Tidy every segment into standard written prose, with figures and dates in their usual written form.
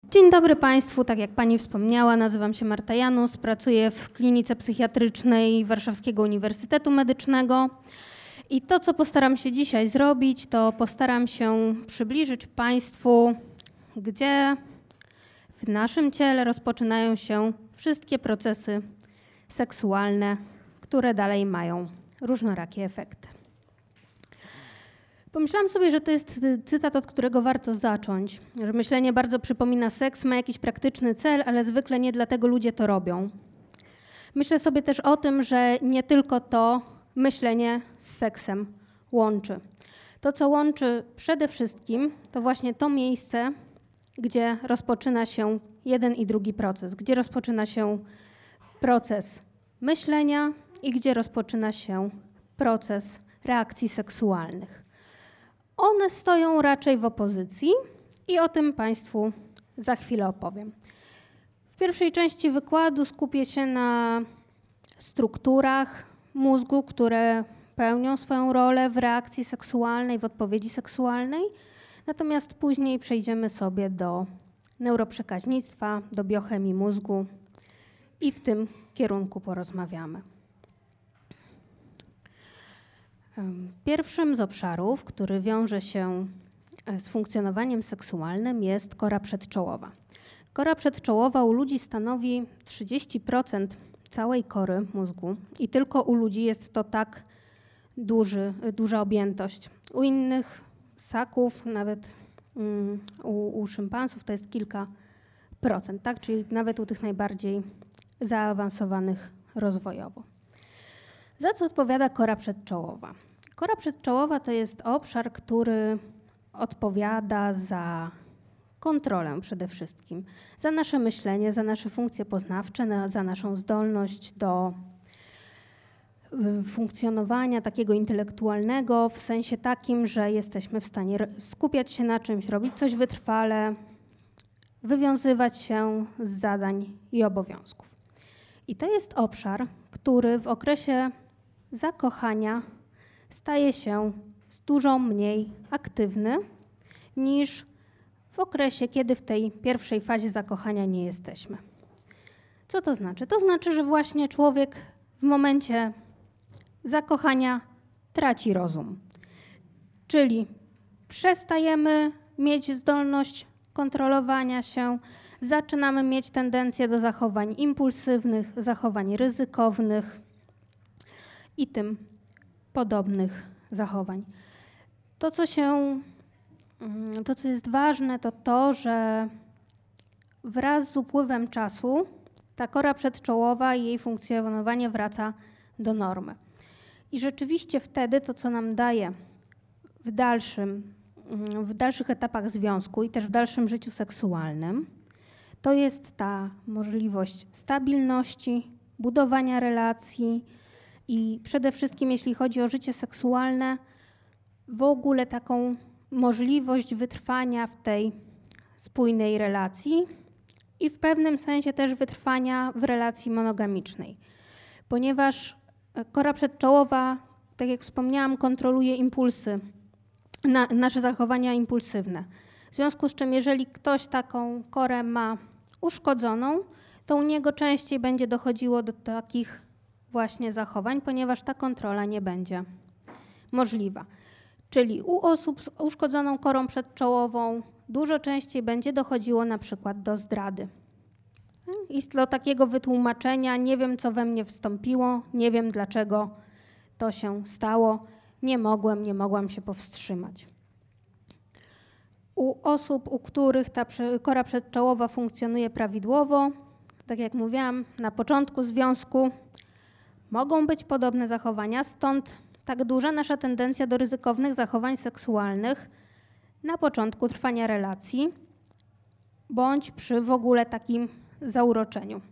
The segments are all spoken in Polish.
Dzień dobry Państwu, tak jak Pani wspomniała, nazywam się Marta Janus, pracuję w klinice psychiatrycznej Warszawskiego Uniwersytetu Medycznego i to, co postaram się dzisiaj zrobić, to postaram się przybliżyć Państwu, gdzie w naszym ciele rozpoczynają się wszystkie procesy seksualne, które dalej mają różnorakie efekty. Pomyślałam sobie, że to jest cytat, od którego warto zacząć, że myślenie bardzo przypomina seks, ma jakiś praktyczny cel, ale zwykle nie dlatego ludzie to robią. Myślę sobie też o tym, że nie tylko to myślenie z seksem łączy. To, co łączy przede wszystkim, to właśnie to miejsce, gdzie rozpoczyna się jeden i drugi proces, gdzie rozpoczyna się proces myślenia i gdzie rozpoczyna się proces reakcji seksualnych. One stoją raczej w opozycji i o tym Państwu za chwilę opowiem. W pierwszej części wykładu skupię się na strukturach mózgu, które pełnią swoją rolę w reakcji seksualnej, w odpowiedzi seksualnej, natomiast później przejdziemy sobie do neuroprzekaźnictwa, do biochemii mózgu i w tym kierunku porozmawiamy. Pierwszym z obszarów, który wiąże się z funkcjonowaniem seksualnym, jest kora przedczołowa. Kora przedczołowa u ludzi stanowi 30% całej kory mózgu i tylko u ludzi jest to tak duża objętość. U innych ssaków, nawet u szympansów to jest kilka procent, tak? Czyli nawet u tych najbardziej zaawansowanych rozwojowo. Za co odpowiada kora przedczołowa? Kora przedczołowa to jest obszar, który odpowiada za kontrolę przede wszystkim, za nasze myślenie, za nasze funkcje poznawcze, za naszą zdolność do funkcjonowania takiego intelektualnego w sensie takim, że jesteśmy w stanie skupiać się na czymś, robić coś wytrwale, wywiązywać się z zadań i obowiązków. I to jest obszar, który w okresie zakochania staje się dużo mniej aktywny niż w okresie, kiedy w tej pierwszej fazie zakochania nie jesteśmy. Co to znaczy? To znaczy, że właśnie człowiek w momencie zakochania traci rozum. Czyli przestajemy mieć zdolność kontrolowania się, zaczynamy mieć tendencję do zachowań impulsywnych, zachowań ryzykownych i tym podobnych zachowań. To, co jest ważne, to to, że wraz z upływem czasu ta kora przedczołowa i jej funkcjonowanie wraca do normy. I rzeczywiście wtedy to, co nam daje w dalszych etapach związku i też w dalszym życiu seksualnym, to jest ta możliwość stabilności, budowania relacji i przede wszystkim, jeśli chodzi o życie seksualne, w ogóle taką możliwość wytrwania w tej spójnej relacji i w pewnym sensie też wytrwania w relacji monogamicznej. Ponieważ kora przedczołowa, tak jak wspomniałam, kontroluje impulsy, nasze zachowania impulsywne. W związku z czym, jeżeli ktoś taką korę ma uszkodzoną, to u niego częściej będzie dochodziło do takich właśnie zachowań, ponieważ ta kontrola nie będzie możliwa. Czyli u osób z uszkodzoną korą przedczołową dużo częściej będzie dochodziło na przykład do zdrady. I do takiego wytłumaczenia: nie wiem, co we mnie wstąpiło, nie wiem, dlaczego to się stało, nie mogłam się powstrzymać. U osób, u których ta kora przedczołowa funkcjonuje prawidłowo, tak jak mówiłam, na początku związku mogą być podobne zachowania, stąd tak duża nasza tendencja do ryzykownych zachowań seksualnych na początku trwania relacji bądź przy w ogóle takim zauroczeniu.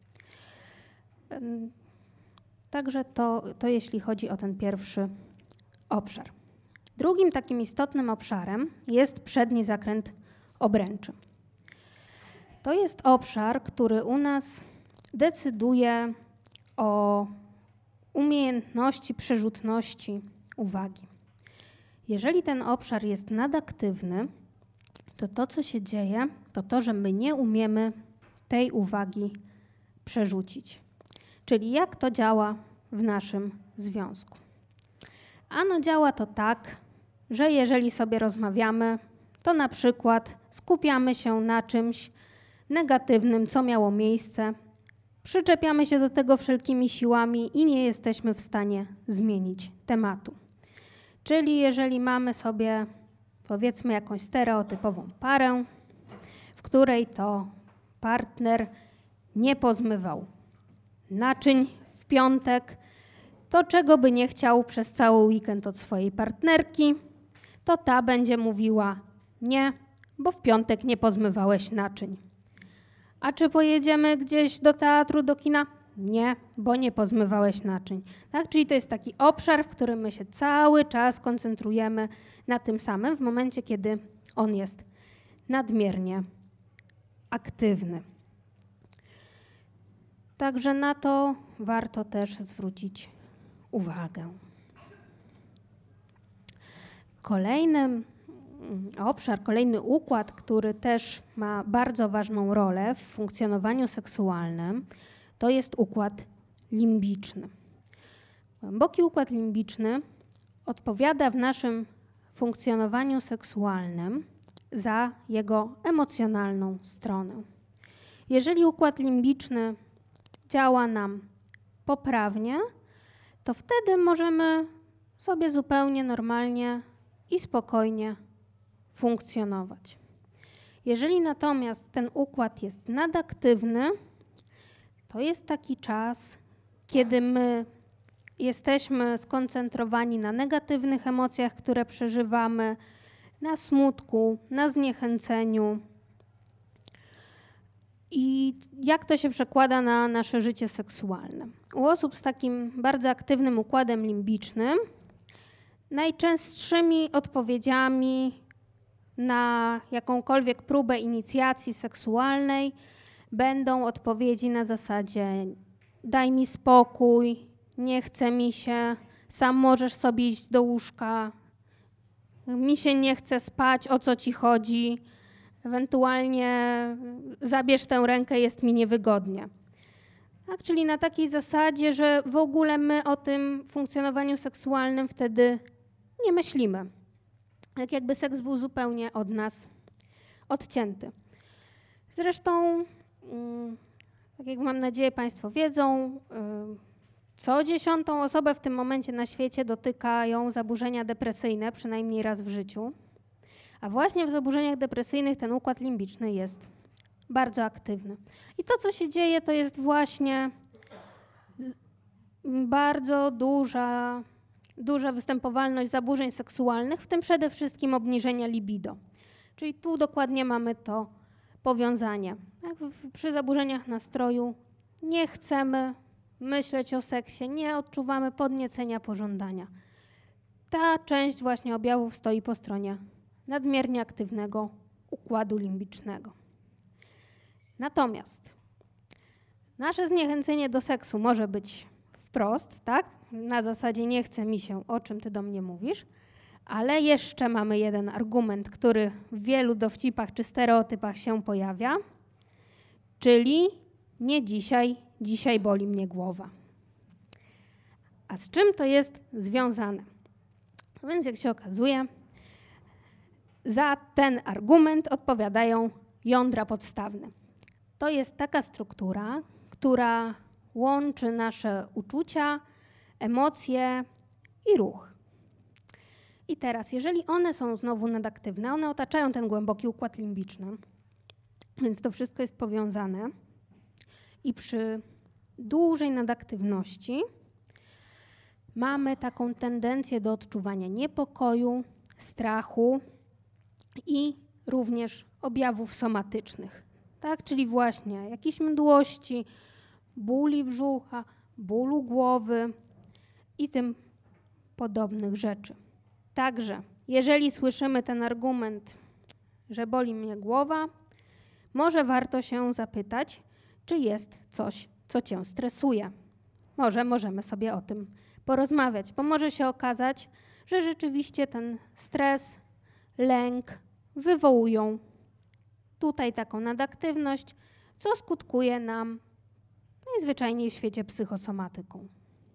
Także to jeśli chodzi o ten pierwszy obszar. Drugim takim istotnym obszarem jest przedni zakręt obręczy. To jest obszar, który u nas decyduje o umiejętności przerzutności uwagi. Jeżeli ten obszar jest nadaktywny, to, co się dzieje, to, że my nie umiemy tej uwagi przerzucić. Czyli jak to działa w naszym związku? Ano działa to tak, że jeżeli sobie rozmawiamy, to na przykład skupiamy się na czymś negatywnym, co miało miejsce, przyczepiamy się do tego wszelkimi siłami i nie jesteśmy w stanie zmienić tematu. Czyli jeżeli mamy sobie, powiedzmy, jakąś stereotypową parę, w której to partner nie pozmywał naczyń w piątek, to czego by nie chciał przez cały weekend od swojej partnerki, to ta będzie mówiła nie, bo w piątek nie pozmywałeś naczyń. A czy pojedziemy gdzieś do teatru, do kina? Nie, bo nie pozmywałeś naczyń. Tak? Czyli to jest taki obszar, w którym my się cały czas koncentrujemy na tym samym w momencie, kiedy on jest nadmiernie aktywny. Także na to warto też zwrócić uwagę. Kolejny obszar, kolejny układ, który też ma bardzo ważną rolę w funkcjonowaniu seksualnym, to jest układ limbiczny. Głęboki układ limbiczny odpowiada w naszym funkcjonowaniu seksualnym za jego emocjonalną stronę. Jeżeli układ limbiczny działa nam poprawnie, to wtedy możemy sobie zupełnie normalnie i spokojnie funkcjonować. Jeżeli natomiast ten układ jest nadaktywny, to jest taki czas, kiedy my jesteśmy skoncentrowani na negatywnych emocjach, które przeżywamy, na smutku, na zniechęceniu. I jak to się przekłada na nasze życie seksualne? U osób z takim bardzo aktywnym układem limbicznym najczęstszymi odpowiedziami na jakąkolwiek próbę inicjacji seksualnej będą odpowiedzi na zasadzie daj mi spokój, nie chce mi się, sam możesz sobie iść do łóżka, mi się nie chce spać, o co ci chodzi, ewentualnie zabierz tę rękę, jest mi niewygodnie. Tak, czyli na takiej zasadzie, że w ogóle my o tym funkcjonowaniu seksualnym wtedy nie myślimy. Tak jakby seks był zupełnie od nas odcięty. Zresztą, tak jak mam nadzieję Państwo wiedzą, co 10. osobę w tym momencie na świecie dotykają zaburzenia depresyjne, przynajmniej raz w życiu. A właśnie w zaburzeniach depresyjnych ten układ limbiczny jest bardzo aktywny. I to, co się dzieje, to jest właśnie bardzo duża występowalność zaburzeń seksualnych, w tym przede wszystkim obniżenia libido. Czyli tu dokładnie mamy to powiązanie. Przy zaburzeniach nastroju nie chcemy myśleć o seksie, nie odczuwamy podniecenia pożądania. Ta część właśnie objawów stoi po stronie nadmiernie aktywnego układu limbicznego. Natomiast nasze zniechęcenie do seksu może być wprost, tak? Na zasadzie nie chce mi się, o czym ty do mnie mówisz, ale jeszcze mamy jeden argument, który w wielu dowcipach czy stereotypach się pojawia, czyli nie dzisiaj, dzisiaj boli mnie głowa. A z czym to jest związane? Więc jak się okazuje, za ten argument odpowiadają jądra podstawne. To jest taka struktura, która łączy nasze uczucia, emocje i ruch. I teraz, jeżeli one są znowu nadaktywne, one otaczają ten głęboki układ limbiczny, więc to wszystko jest powiązane i przy dużej nadaktywności mamy taką tendencję do odczuwania niepokoju, strachu i również objawów somatycznych, tak? Czyli właśnie jakiejś mdłości, bóli brzucha, bólu głowy i tym podobnych rzeczy. Także jeżeli słyszymy ten argument, że boli mnie głowa, może warto się zapytać, czy jest coś, co cię stresuje. Może możemy sobie o tym porozmawiać, bo może się okazać, że rzeczywiście ten stres, lęk wywołują tutaj taką nadaktywność, co skutkuje nam najzwyczajniej w świecie psychosomatyką.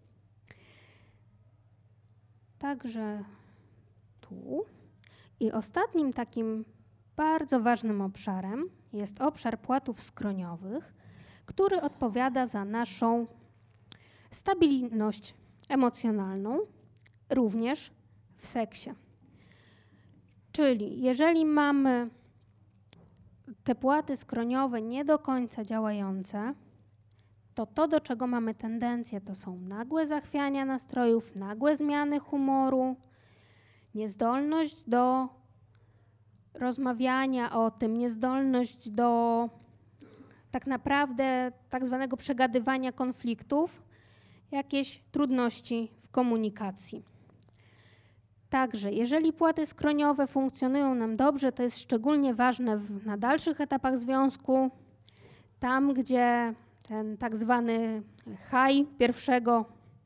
Także tu. I ostatnim takim bardzo ważnym obszarem jest obszar płatów skroniowych, który odpowiada za naszą stabilność emocjonalną, również w seksie. Czyli jeżeli mamy te płaty skroniowe nie do końca działające, to do czego mamy tendencję, to są nagłe zachwiania nastrojów, nagłe zmiany humoru, niezdolność do rozmawiania o tym, niezdolność do tak naprawdę tak zwanego przegadywania konfliktów, jakieś trudności w komunikacji. Także jeżeli płaty skroniowe funkcjonują nam dobrze, to jest szczególnie ważne na dalszych etapach związku, tam gdzie ten tak zwany high pierwszego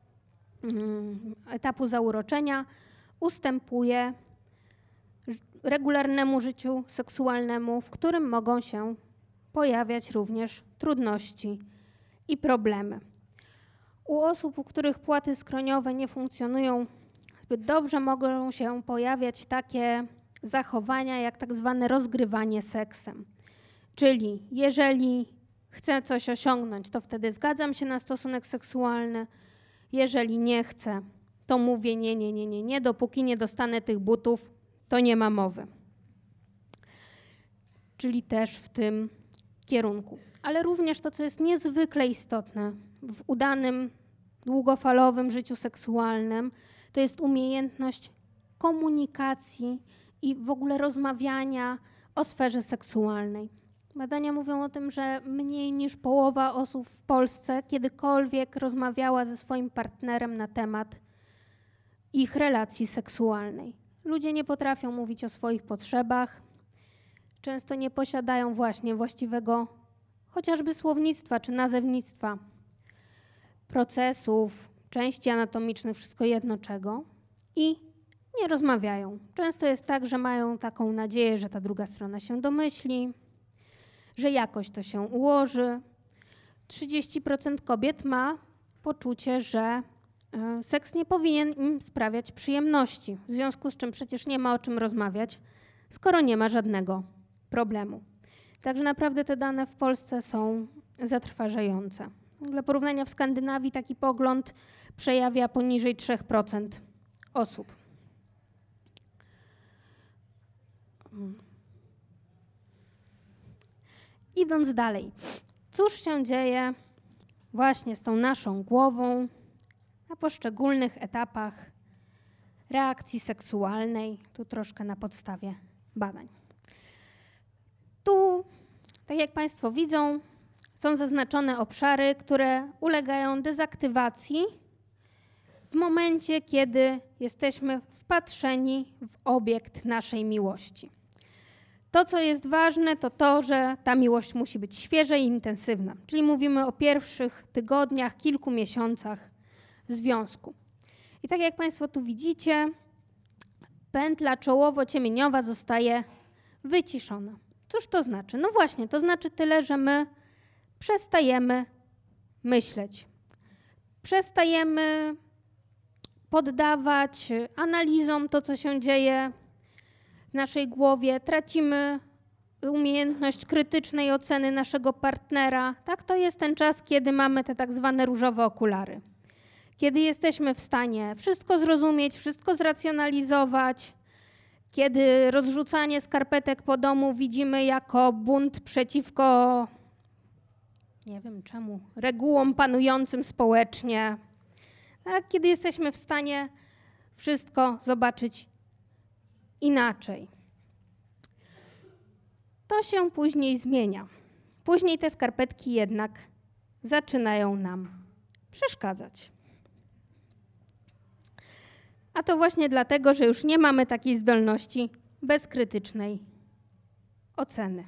etapu zauroczenia ustępuje regularnemu życiu seksualnemu, w którym mogą się pojawiać również trudności i problemy. U osób, u których płaty skroniowe nie funkcjonują zbyt dobrze, mogą się pojawiać takie zachowania jak tak zwane rozgrywanie seksem. Czyli jeżeli chcę coś osiągnąć, to wtedy zgadzam się na stosunek seksualny. Jeżeli nie chcę, to mówię nie, dopóki nie dostanę tych butów, to nie ma mowy. Czyli też w tym kierunku. Ale również to, co jest niezwykle istotne w udanym, długofalowym życiu seksualnym, to jest umiejętność komunikacji i w ogóle rozmawiania o sferze seksualnej. Badania mówią o tym, że mniej niż połowa osób w Polsce kiedykolwiek rozmawiała ze swoim partnerem na temat ich relacji seksualnej. Ludzie nie potrafią mówić o swoich potrzebach, często nie posiadają właśnie właściwego chociażby słownictwa czy nazewnictwa, procesów, części anatomicznych, wszystko jedno czego i nie rozmawiają. Często jest tak, że mają taką nadzieję, że ta druga strona się domyśli, że jakoś to się ułoży. 30% kobiet ma poczucie, że seks nie powinien im sprawiać przyjemności, w związku z czym przecież nie ma o czym rozmawiać, skoro nie ma żadnego problemu. Także naprawdę te dane w Polsce są zatrważające. Dla porównania w Skandynawii taki pogląd przejawia poniżej 3% osób. Idąc dalej, cóż się dzieje właśnie z tą naszą głową na poszczególnych etapach reakcji seksualnej, tu troszkę na podstawie badań. Tu, tak jak Państwo widzą, są zaznaczone obszary, które ulegają dezaktywacji w momencie, kiedy jesteśmy wpatrzeni w obiekt naszej miłości. To, co jest ważne, to to, że ta miłość musi być świeża i intensywna. Czyli mówimy o pierwszych tygodniach, kilku miesiącach związku. I tak jak Państwo tu widzicie, pętla czołowo-ciemieniowa zostaje wyciszona. Cóż to znaczy? No właśnie, to znaczy tyle, że my przestajemy myśleć. Przestajemy poddawać analizom to, co się dzieje w naszej głowie. Tracimy umiejętność krytycznej oceny naszego partnera. Tak, to jest ten czas, kiedy mamy te tak zwane różowe okulary. Kiedy jesteśmy w stanie wszystko zrozumieć, wszystko zracjonalizować, kiedy rozrzucanie skarpetek po domu widzimy jako bunt przeciwko, nie wiem czemu, regułom panującym społecznie, tak? Kiedy jesteśmy w stanie wszystko zobaczyć inaczej. To się później zmienia. Później te skarpetki jednak zaczynają nam przeszkadzać. A to właśnie dlatego, że już nie mamy takiej zdolności bezkrytycznej oceny.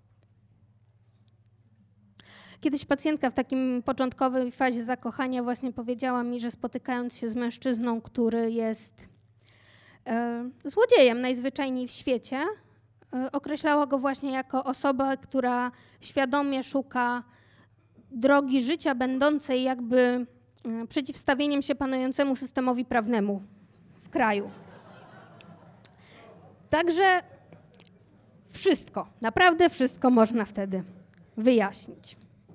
Kiedyś pacjentka w takim początkowej fazie zakochania właśnie powiedziała mi, że spotykając się z mężczyzną, który jest złodziejem najzwyczajniej w świecie, określała go właśnie jako osobę, która świadomie szuka drogi życia będącej jakby przeciwstawieniem się panującemu systemowi prawnemu w kraju. Także wszystko, naprawdę wszystko można wtedy wyjaśnić.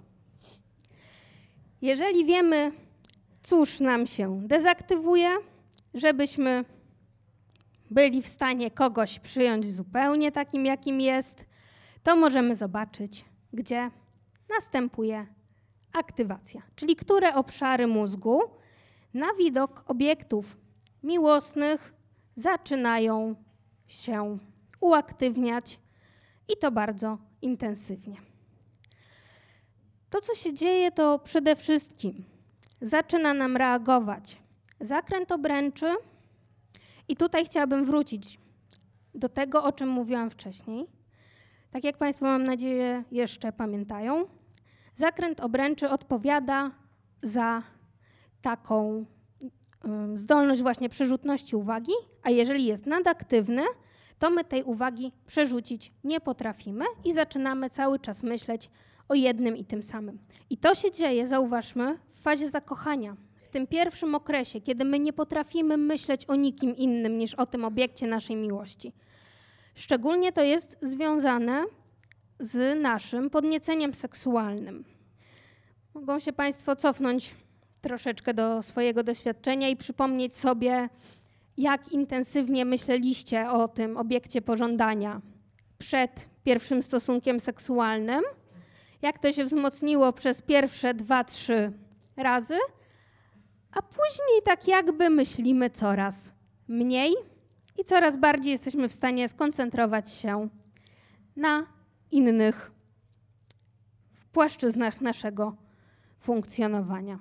Jeżeli wiemy, cóż nam się dezaktywuje, żebyśmy byli w stanie kogoś przyjąć zupełnie takim, jakim jest, to możemy zobaczyć, gdzie następuje aktywacja, czyli które obszary mózgu na widok obiektów miłosnych zaczynają się uaktywniać i to bardzo intensywnie. To, co się dzieje, to przede wszystkim zaczyna nam reagować zakręt obręczy i tutaj chciałabym wrócić do tego, o czym mówiłam wcześniej. Tak jak Państwo, mam nadzieję, jeszcze pamiętają, zakręt obręczy odpowiada za taką zdolność właśnie przerzutności uwagi, a jeżeli jest nadaktywny, to my tej uwagi przerzucić nie potrafimy i zaczynamy cały czas myśleć o jednym i tym samym. I to się dzieje, zauważmy, w fazie zakochania, w tym pierwszym okresie, kiedy my nie potrafimy myśleć o nikim innym niż o tym obiekcie naszej miłości. Szczególnie to jest związane z naszym podnieceniem seksualnym. Mogą się Państwo cofnąć troszeczkę do swojego doświadczenia i przypomnieć sobie, jak intensywnie myśleliście o tym obiekcie pożądania przed pierwszym stosunkiem seksualnym, jak to się wzmocniło przez pierwsze 2-3 razy, a później tak jakby myślimy coraz mniej i coraz bardziej jesteśmy w stanie skoncentrować się na innych płaszczyznach naszego funkcjonowania.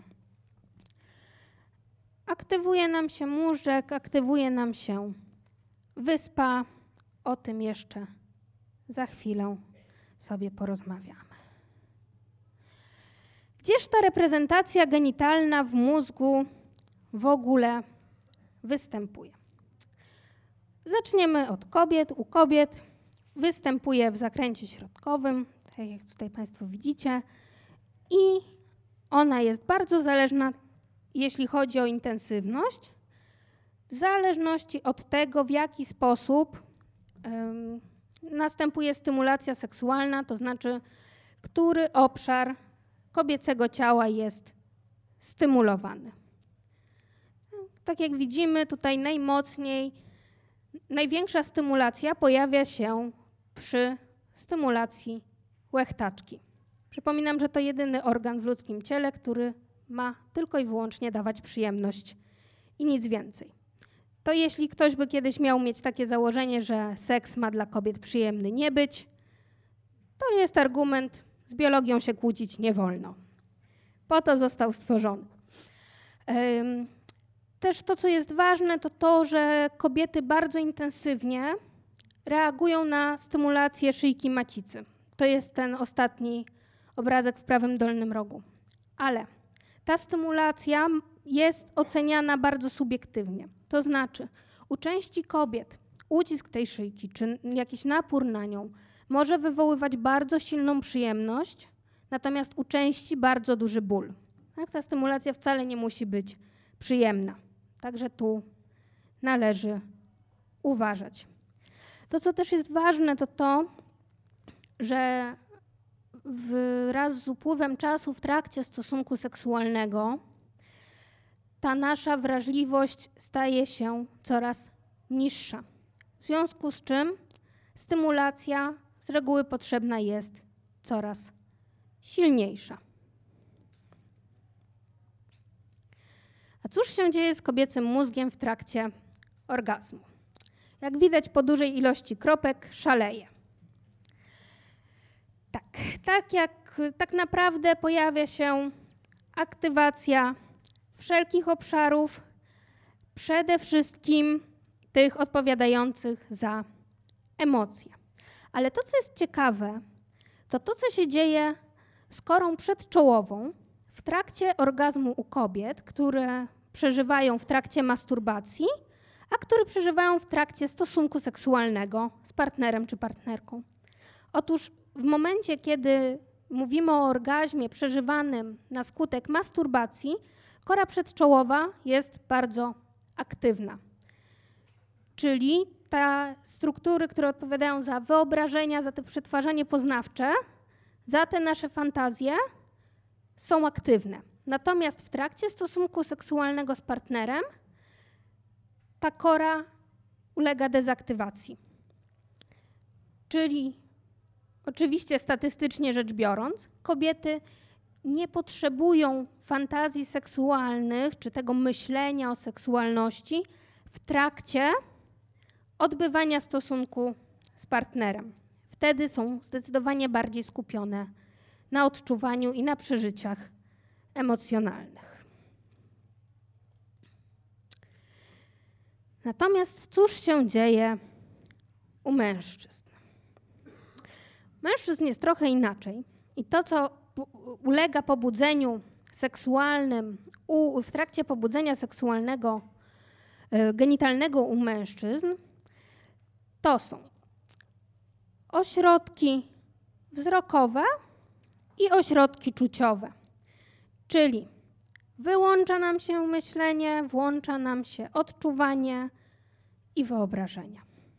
Aktywuje nam się mózg, aktywuje nam się wyspa. O tym jeszcze za chwilę sobie porozmawiamy. Gdzież ta reprezentacja genitalna w mózgu w ogóle występuje? Zaczniemy od kobiet. U kobiet występuje w zakręcie środkowym, tak jak tutaj Państwo widzicie, i ona jest bardzo zależna, jeśli chodzi o intensywność, w zależności od tego, w jaki sposób następuje stymulacja seksualna, to znaczy, który obszar kobiecego ciała jest stymulowany. Tak jak widzimy, tutaj największa stymulacja pojawia się przy stymulacji łechtaczki. Przypominam, że to jedyny organ w ludzkim ciele, który ma tylko i wyłącznie dawać przyjemność i nic więcej. To jeśli ktoś by kiedyś miał mieć takie założenie, że seks ma dla kobiet przyjemny nie być, to jest argument, z biologią się kłócić nie wolno. Po to został stworzony. Też to, co jest ważne, to to, że kobiety bardzo intensywnie reagują na stymulację szyjki macicy. To jest ten ostatni obrazek w prawym dolnym rogu. Ale ta stymulacja jest oceniana bardzo subiektywnie. To znaczy, u części kobiet ucisk tej szyjki czy jakiś napór na nią może wywoływać bardzo silną przyjemność, natomiast u części bardzo duży ból. Tak? Ta stymulacja wcale nie musi być przyjemna. Także tu należy uważać. To, co też jest ważne, to to, że wraz z upływem czasu w trakcie stosunku seksualnego ta nasza wrażliwość staje się coraz niższa. W związku z czym stymulacja z reguły potrzebna jest coraz silniejsza. A cóż się dzieje z kobiecym mózgiem w trakcie orgazmu? Jak widać, po dużej ilości kropek szaleje. Tak naprawdę pojawia się aktywacja wszelkich obszarów, przede wszystkim tych odpowiadających za emocje. Ale to, co jest ciekawe, to to, co się dzieje z korą przedczołową w trakcie orgazmu u kobiet, które przeżywają w trakcie masturbacji, a który przeżywają w trakcie stosunku seksualnego z partnerem czy partnerką. Otóż w momencie, kiedy mówimy o orgazmie przeżywanym na skutek masturbacji, kora przedczołowa jest bardzo aktywna. Czyli te struktury, które odpowiadają za wyobrażenia, za to przetwarzanie poznawcze, za te nasze fantazje, są aktywne. Natomiast w trakcie stosunku seksualnego z partnerem ta kora ulega dezaktywacji. Czyli oczywiście statystycznie rzecz biorąc, kobiety nie potrzebują fantazji seksualnych czy tego myślenia o seksualności w trakcie odbywania stosunku z partnerem. Wtedy są zdecydowanie bardziej skupione na odczuwaniu i na przeżyciach emocjonalnych. Natomiast cóż się dzieje u mężczyzn? Mężczyzn jest trochę inaczej i to, co ulega pobudzeniu seksualnym w trakcie pobudzenia seksualnego, genitalnego u mężczyzn, to są ośrodki wzrokowe i ośrodki czuciowe, czyli wyłącza nam się myślenie, włącza nam się odczuwanie i wyobrażenia.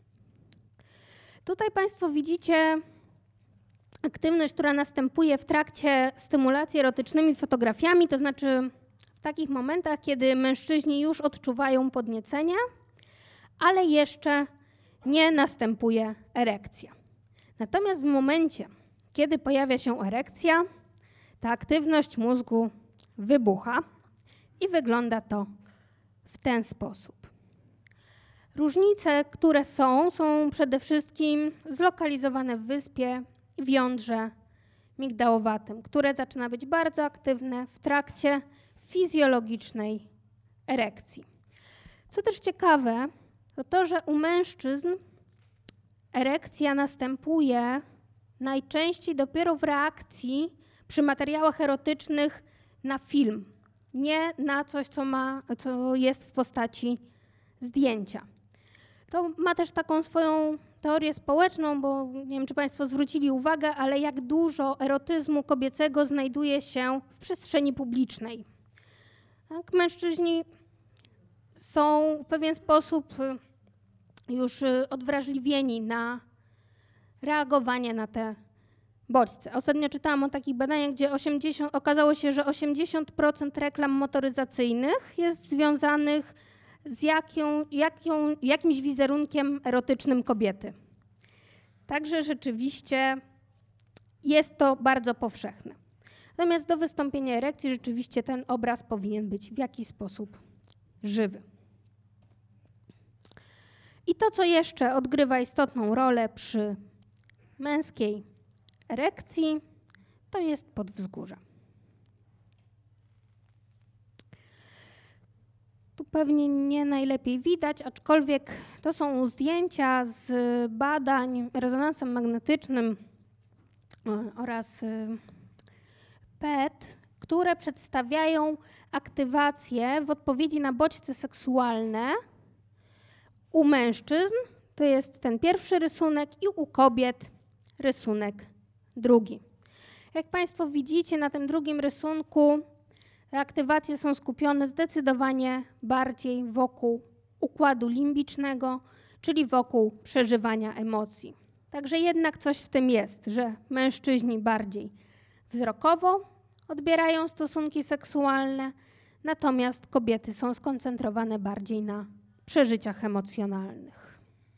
Tutaj Państwo widzicie aktywność, która następuje w trakcie stymulacji erotycznymi fotografiami, to znaczy w takich momentach, kiedy mężczyźni już odczuwają podniecenie, ale jeszcze nie następuje erekcja. Natomiast w momencie, kiedy pojawia się erekcja, ta aktywność mózgu wybucha i wygląda to w ten sposób. Różnice, które są przede wszystkim zlokalizowane w wyspie w jądrze migdałowatym, które zaczyna być bardzo aktywne w trakcie fizjologicznej erekcji. Co też ciekawe, to to, że u mężczyzn erekcja następuje najczęściej dopiero w reakcji przy materiałach erotycznych na film, nie na coś, co jest w postaci zdjęcia. To ma też taką swoją teorię społeczną, bo nie wiem, czy Państwo zwrócili uwagę, ale jak dużo erotyzmu kobiecego znajduje się w przestrzeni publicznej. Tak? Mężczyźni są w pewien sposób już odwrażliwieni na reagowanie na te bodźce. Ostatnio czytałam o takich badaniach, gdzie okazało się, że 80% reklam motoryzacyjnych jest związanych z jakimś wizerunkiem erotycznym kobiety. Także rzeczywiście jest to bardzo powszechne. Natomiast do wystąpienia erekcji rzeczywiście ten obraz powinien być w jakiś sposób żywy. I to, co jeszcze odgrywa istotną rolę przy męskiej erekcji, to jest podwzgórze. Tu pewnie nie najlepiej widać, aczkolwiek to są zdjęcia z badań rezonansem magnetycznym oraz PET, które przedstawiają aktywację w odpowiedzi na bodźce seksualne u mężczyzn, to jest ten pierwszy rysunek, i u kobiet rysunek drugi. Jak Państwo widzicie na tym drugim rysunku, aktywacje są skupione zdecydowanie bardziej wokół układu limbicznego, czyli wokół przeżywania emocji. Także jednak coś w tym jest, że mężczyźni bardziej wzrokowo odbierają stosunki seksualne, natomiast kobiety są skoncentrowane bardziej na przeżyciach emocjonalnych.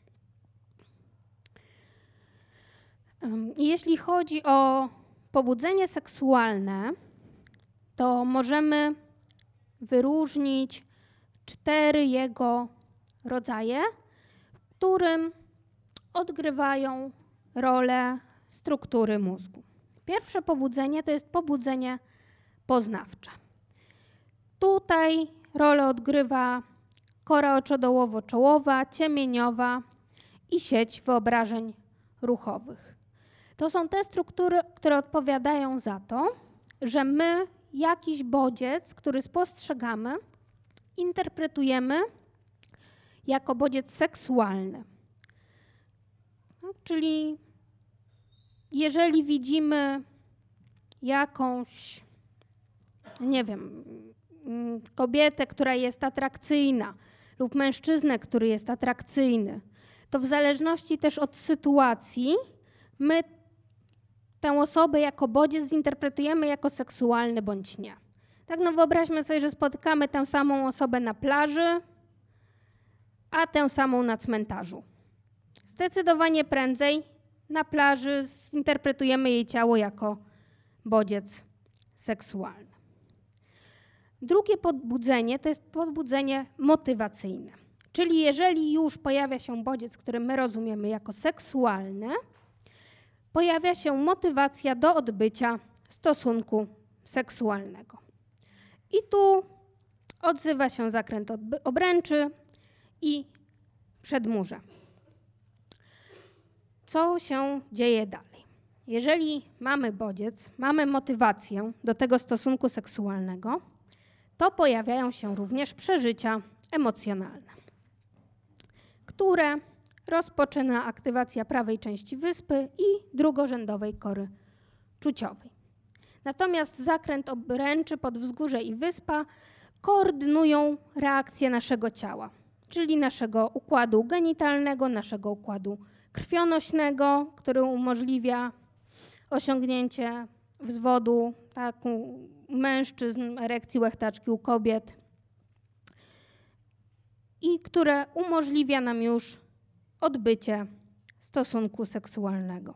Jeśli chodzi o pobudzenie seksualne, to możemy wyróżnić 4 jego rodzaje, w którym odgrywają rolę struktury mózgu. Pierwsze pobudzenie to jest pobudzenie poznawcze. Tutaj rolę odgrywa kora oczodołowo-czołowa, ciemieniowa i sieć wyobrażeń ruchowych. To są te struktury, które odpowiadają za to, że my jakiś bodziec, który spostrzegamy, interpretujemy jako bodziec seksualny. No, czyli jeżeli widzimy jakąś, nie wiem, kobietę, która jest atrakcyjna lub mężczyznę, który jest atrakcyjny, to w zależności też od sytuacji my tę osobę jako bodziec zinterpretujemy jako seksualny bądź nie. Tak, no wyobraźmy sobie, że spotykamy tę samą osobę na plaży, a tę samą na cmentarzu. Zdecydowanie prędzej na plaży zinterpretujemy jej ciało jako bodziec seksualny. Drugie podbudzenie to jest podbudzenie motywacyjne. Czyli jeżeli już pojawia się bodziec, który my rozumiemy jako seksualny, pojawia się motywacja do odbycia stosunku seksualnego. I tu odzywa się zakręt obręczy i przedmurze. Co się dzieje dalej? Jeżeli mamy bodziec, mamy motywację do tego stosunku seksualnego, to pojawiają się również przeżycia emocjonalne, które rozpoczyna aktywacja prawej części wyspy i drugorzędowej kory czuciowej. Natomiast zakręt obręczy, podwzgórze i wyspa koordynują reakcje naszego ciała, czyli naszego układu genitalnego, naszego układu krwionośnego, który umożliwia osiągnięcie wzwodu u mężczyzn, erekcji łechtaczki u kobiet i które umożliwia nam już odbycie stosunku seksualnego.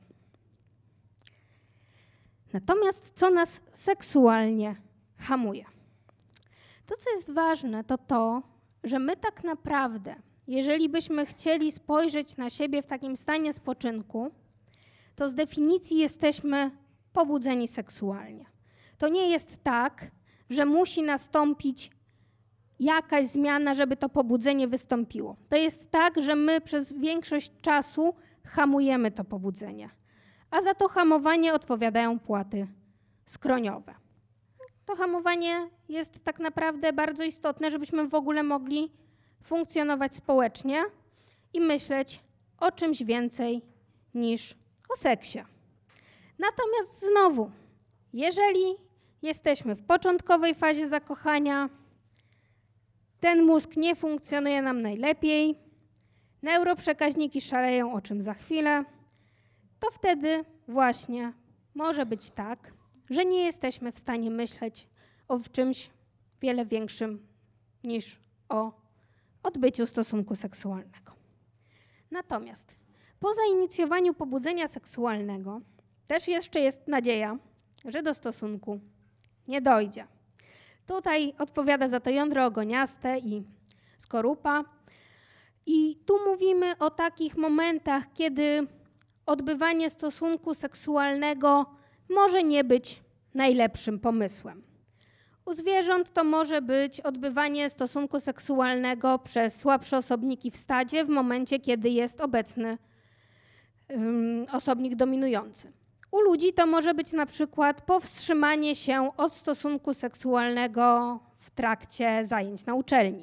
Natomiast co nas seksualnie hamuje? To, co jest ważne, to to, że my tak naprawdę, jeżeli byśmy chcieli spojrzeć na siebie w takim stanie spoczynku, to z definicji jesteśmy pobudzeni seksualnie. To nie jest tak, że musi nastąpić jakaś zmiana, żeby to pobudzenie wystąpiło. To jest tak, że my przez większość czasu hamujemy to pobudzenie, a za to hamowanie odpowiadają płaty skroniowe. To hamowanie jest tak naprawdę bardzo istotne, żebyśmy w ogóle mogli funkcjonować społecznie i myśleć o czymś więcej niż o seksie. Natomiast znowu, jeżeli jesteśmy w początkowej fazie zakochania, ten mózg nie funkcjonuje nam najlepiej, neuroprzekaźniki szaleją, o czym za chwilę, to wtedy właśnie może być tak, że nie jesteśmy w stanie myśleć o czymś wiele większym niż o odbyciu stosunku seksualnego. Natomiast po zainicjowaniu pobudzenia seksualnego też jeszcze jest nadzieja, że do stosunku nie dojdzie. Tutaj odpowiada za to jądro ogoniaste i skorupa. I tu mówimy o takich momentach, kiedy odbywanie stosunku seksualnego może nie być najlepszym pomysłem. U zwierząt to może być odbywanie stosunku seksualnego przez słabsze osobniki w stadzie w momencie, kiedy jest obecny osobnik dominujący. U ludzi to może być na przykład powstrzymanie się od stosunku seksualnego w trakcie zajęć na uczelni.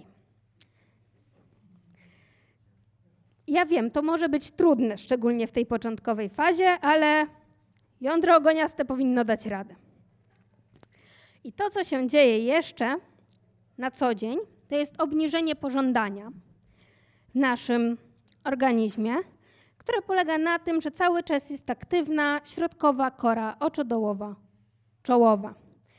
Ja wiem, to może być trudne, szczególnie w tej początkowej fazie, ale jądro ogoniaste powinno dać radę. I to, co się dzieje jeszcze na co dzień, to jest obniżenie pożądania w naszym organizmie, które polega na tym, że cały czas jest aktywna środkowa kora oczodołowa, czołowa.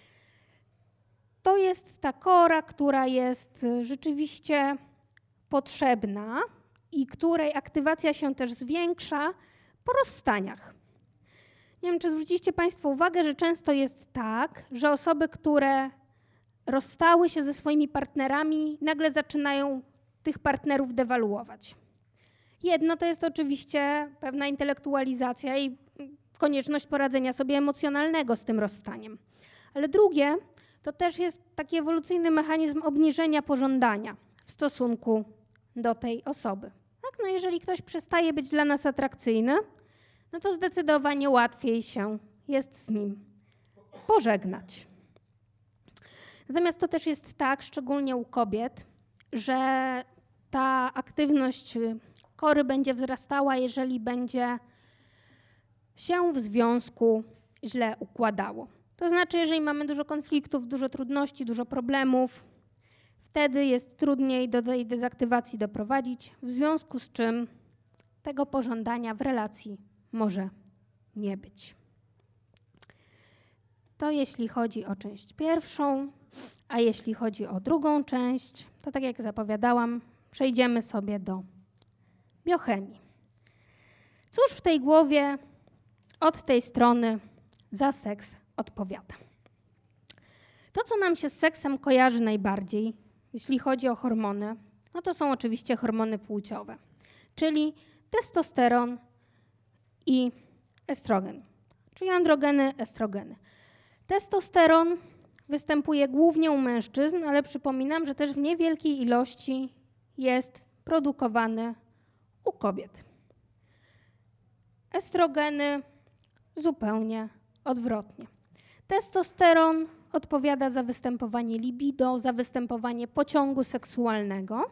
To jest ta kora, która jest rzeczywiście potrzebna i której aktywacja się też zwiększa po rozstaniach. Nie wiem, czy zwróciliście Państwo uwagę, że często jest tak, że osoby, które rozstały się ze swoimi partnerami, nagle zaczynają tych partnerów dewaluować. Jedno to jest oczywiście pewna intelektualizacja i konieczność poradzenia sobie emocjonalnego z tym rozstaniem. Ale drugie to też jest taki ewolucyjny mechanizm obniżenia pożądania w stosunku do tej osoby. Tak, no jeżeli ktoś przestaje być dla nas atrakcyjny, no to zdecydowanie łatwiej się jest z nim pożegnać. Natomiast to też jest tak, szczególnie u kobiet, że ta aktywność kory będzie wzrastała, jeżeli będzie się w związku źle układało. To znaczy, jeżeli mamy dużo konfliktów, dużo trudności, dużo problemów, wtedy jest trudniej do tej dezaktywacji doprowadzić, w związku z czym tego pożądania w relacji może nie być. To jeśli chodzi o część pierwszą, a jeśli chodzi o drugą część, to tak jak zapowiadałam, przejdziemy sobie do biochemii. Cóż w tej głowie od tej strony za seks odpowiada? To, co nam się z seksem kojarzy najbardziej, jeśli chodzi o hormony, no to są oczywiście hormony płciowe, czyli testosteron i estrogen, czyli androgeny, estrogeny. Testosteron występuje głównie u mężczyzn, ale przypominam, że też w niewielkiej ilości jest produkowany u kobiet. Estrogeny zupełnie odwrotnie. Testosteron odpowiada za występowanie libido, za występowanie pociągu seksualnego.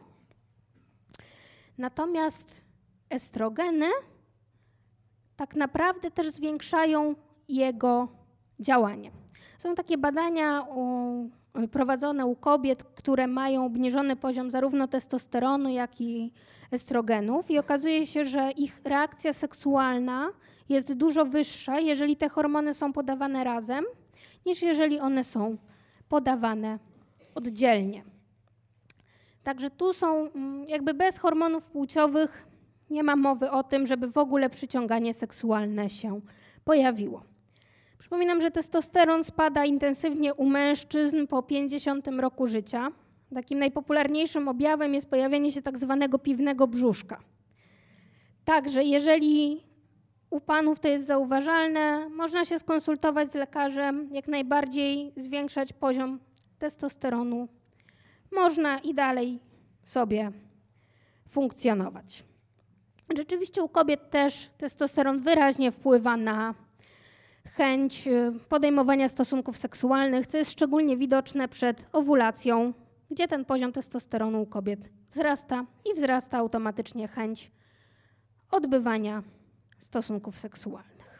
Natomiast estrogeny tak naprawdę też zwiększają jego działanie. Są takie badania prowadzone u kobiet, które mają obniżony poziom zarówno testosteronu, jak i estrogenów i okazuje się, że ich reakcja seksualna jest dużo wyższa, jeżeli te hormony są podawane razem, niż jeżeli one są podawane oddzielnie. Także tu są jakby bez hormonów płciowych nie ma mowy o tym, żeby w ogóle przyciąganie seksualne się pojawiło. Przypominam, że testosteron spada intensywnie u mężczyzn po 50 roku życia. Takim najpopularniejszym objawem jest pojawienie się tak zwanego piwnego brzuszka. Także jeżeli u panów to jest zauważalne, można się skonsultować z lekarzem, jak najbardziej zwiększać poziom testosteronu. Można i dalej sobie funkcjonować. Rzeczywiście u kobiet też testosteron wyraźnie wpływa na chęć podejmowania stosunków seksualnych, co jest szczególnie widoczne przed owulacją, gdzie ten poziom testosteronu u kobiet wzrasta i wzrasta automatycznie chęć odbywania stosunków seksualnych.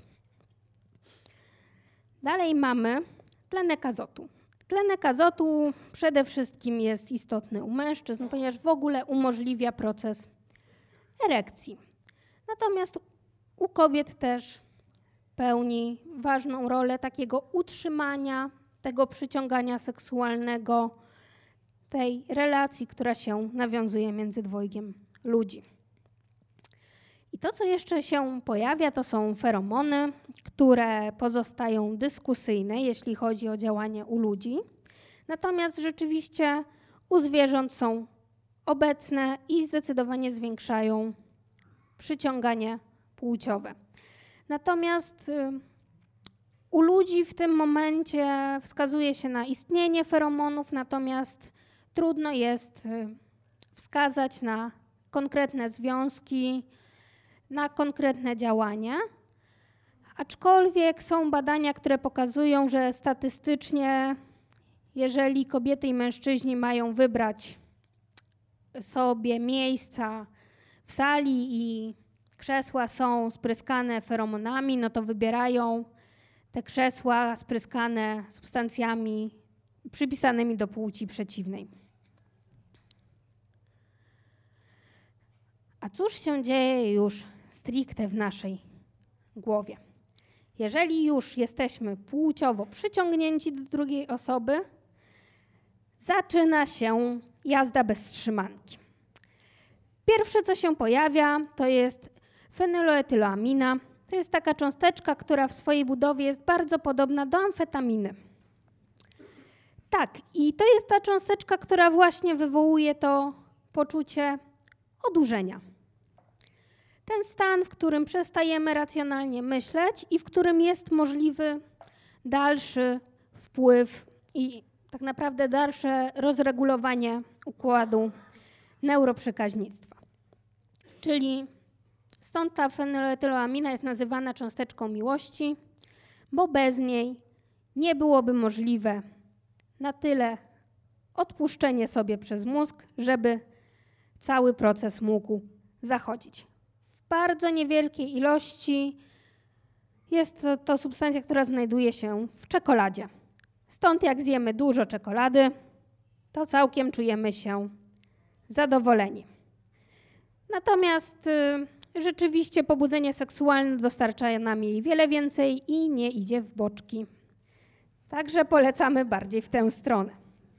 Dalej mamy tlenek azotu. Tlenek azotu przede wszystkim jest istotny u mężczyzn, ponieważ w ogóle umożliwia proces erekcji. Natomiast u kobiet też pełni ważną rolę takiego utrzymania, tego przyciągania seksualnego, tej relacji, która się nawiązuje między dwojgiem ludzi. I to, co jeszcze się pojawia, to są feromony, które pozostają dyskusyjne, jeśli chodzi o działanie u ludzi. Natomiast rzeczywiście u zwierząt są obecne i zdecydowanie zwiększają przyciąganie płciowe. Natomiast u ludzi w tym momencie wskazuje się na istnienie feromonów, natomiast trudno jest wskazać na konkretne związki, na konkretne działanie. Aczkolwiek są badania, które pokazują, że statystycznie, jeżeli kobiety i mężczyźni mają wybrać sobie miejsca w sali i krzesła są spryskane feromonami, no to wybierają te krzesła spryskane substancjami przypisanymi do płci przeciwnej. A cóż się dzieje już stricte w naszej głowie? Jeżeli już jesteśmy płciowo przyciągnięci do drugiej osoby, zaczyna się jazda bez trzymanki. Pierwsze, co się pojawia, to jest fenyloetyloamina. To jest taka cząsteczka, która w swojej budowie jest bardzo podobna do amfetaminy. Tak, i to jest ta cząsteczka, która właśnie wywołuje to poczucie odurzenia. Ten stan, w którym przestajemy racjonalnie myśleć i w którym jest możliwy dalszy wpływ i tak naprawdę dalsze rozregulowanie układu neuroprzekaźnictwa. Czyli stąd ta fenyloetyloamina jest nazywana cząsteczką miłości, bo bez niej nie byłoby możliwe na tyle odpuszczenie sobie przez mózg, żeby cały proces mógł zachodzić. W bardzo niewielkiej ilości jest to substancja, która znajduje się w czekoladzie. Stąd jak zjemy dużo czekolady, to całkiem czujemy się zadowoleni. Natomiast rzeczywiście pobudzenie seksualne dostarcza nam jej wiele więcej i nie idzie w boczki. Także polecamy bardziej w tę stronę.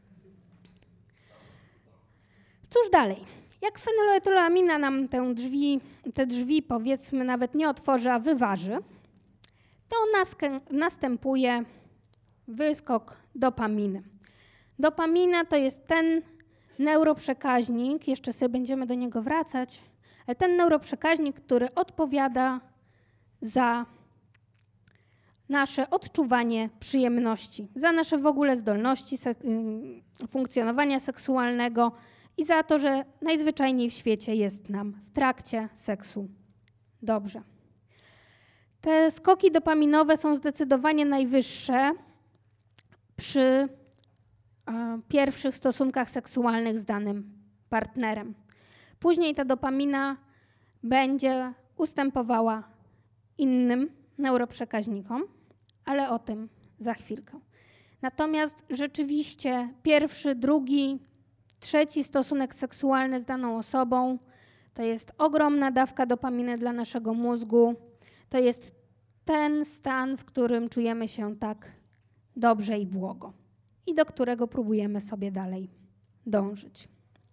Cóż dalej? Jak fenyletylamina nam te drzwi powiedzmy nawet nie otworzy, a wyważy, to następuje wyskok dopaminy. Dopamina to jest ten neuroprzekaźnik, jeszcze sobie będziemy do niego wracać, ale ten neuroprzekaźnik, który odpowiada za nasze odczuwanie przyjemności, za nasze w ogóle zdolności funkcjonowania seksualnego i za to, że najzwyczajniej w świecie jest nam w trakcie seksu dobrze. Te skoki dopaminowe są zdecydowanie najwyższe przy pierwszych stosunkach seksualnych z danym partnerem. Później ta dopamina będzie ustępowała innym neuroprzekaźnikom, ale o tym za chwilkę. Natomiast rzeczywiście pierwszy, drugi, trzeci stosunek seksualny z daną osobą to jest ogromna dawka dopaminy dla naszego mózgu. To jest ten stan, w którym czujemy się tak dobrze i błogo i do którego próbujemy sobie dalej dążyć.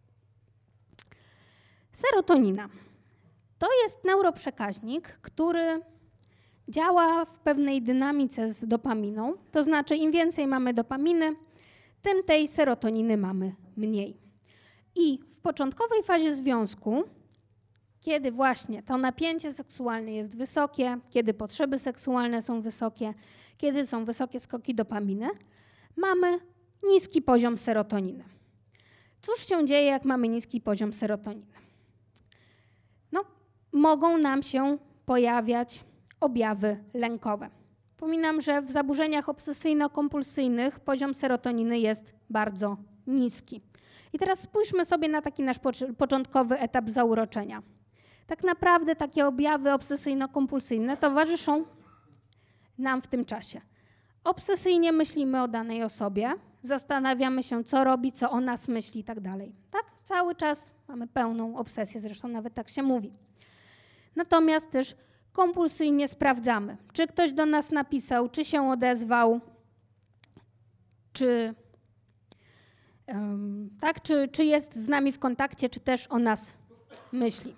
Serotonina to jest neuroprzekaźnik, który działa w pewnej dynamice z dopaminą, to znaczy im więcej mamy dopaminy, tym tej serotoniny mamy mniej. I w początkowej fazie związku, kiedy właśnie to napięcie seksualne jest wysokie, kiedy potrzeby seksualne są wysokie, kiedy są wysokie skoki dopaminy, mamy niski poziom serotoniny. Cóż się dzieje, jak mamy niski poziom serotoniny? No, mogą nam się pojawiać objawy lękowe. Przypominam, że w zaburzeniach obsesyjno-kompulsyjnych poziom serotoniny jest bardzo niski. I teraz spójrzmy sobie na taki nasz początkowy etap zauroczenia. Tak naprawdę takie objawy obsesyjno-kompulsyjne towarzyszą nam w tym czasie. Obsesyjnie myślimy o danej osobie, zastanawiamy się, co robi, co o nas myśli i tak dalej. Tak? Cały czas mamy pełną obsesję, zresztą nawet tak się mówi. Natomiast też kompulsyjnie sprawdzamy, czy ktoś do nas napisał, czy się odezwał, czy jest z nami w kontakcie, czy też o nas myśli.